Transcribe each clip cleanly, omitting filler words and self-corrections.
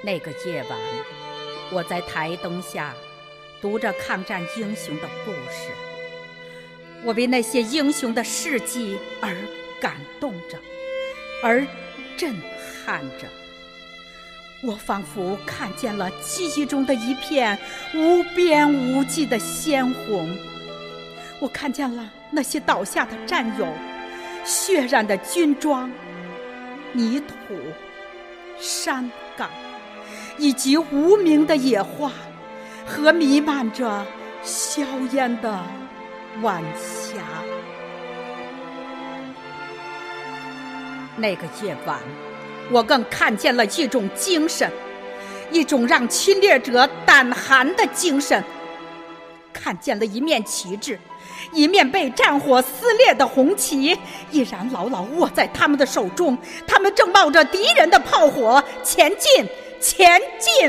那个夜晚，我在台灯下读着抗战英雄的故事，我为那些英雄的事迹而感动着，而震撼着。我仿佛看见了记忆中的一片无边无际的鲜红，我看见了那些倒下的战友，血染的军装、泥土、山岗，以及无名的野花和弥漫着硝烟的晚霞。那个夜晚，我更看见了一种精神，一种让侵略者胆寒的精神，看见了一面旗帜，一面被战火撕裂的红旗，依然牢牢握在他们的手中，他们正冒着敌人的炮火前进，前进。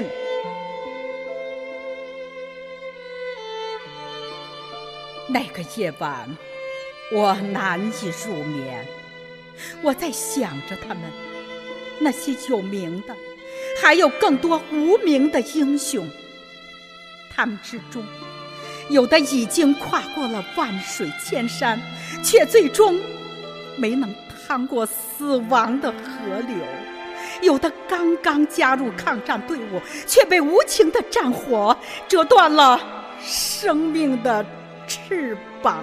那个夜晚，我难以入眠，我在想着他们，那些有名的，还有更多无名的英雄。他们之中，有的已经跨过了万水千山，却最终没能趟过死亡的河流；有的刚刚加入抗战队伍，却被无情的战火折断了生命的翅膀。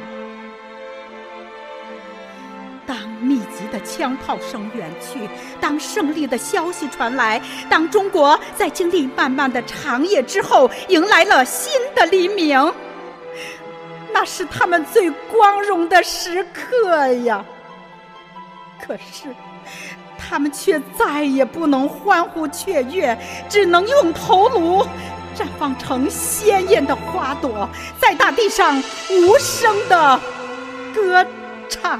当密集的枪炮声远去，当胜利的消息传来，当中国在经历漫漫的长夜之后迎来了新的黎明，那是他们最光荣的时刻呀。可是他们却再也不能欢呼雀跃，只能用头颅绽放成鲜艳的花朵，在大地上无声的歌唱，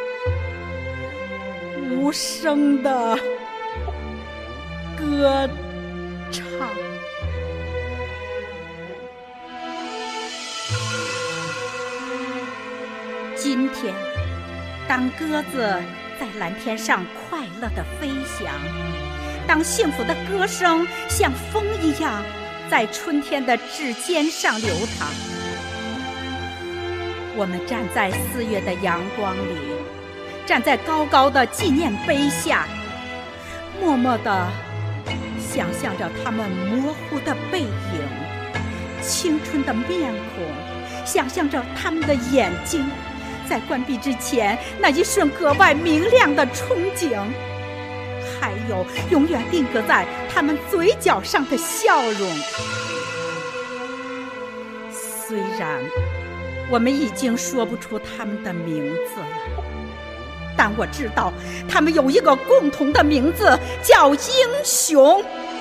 无声的歌唱。今天，当鸽子在蓝天上快乐地飞翔，当幸福的歌声像风一样在春天的指尖上流淌，我们站在4月的阳光里，站在高高的纪念碑下，默默地想象着他们模糊的背影，青春的面孔，想象着他们的眼睛，在关闭之前那一瞬格外明亮的憧憬，还有永远定格在他们嘴角上的笑容。虽然我们已经说不出他们的名字了，但我知道他们有一个共同的名字，叫英雄。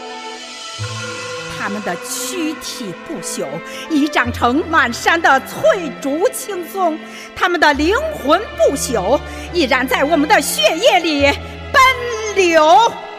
他们的躯体不朽，已长成满山的翠竹青松；他们的灵魂不朽，依然在我们的血液里奔流。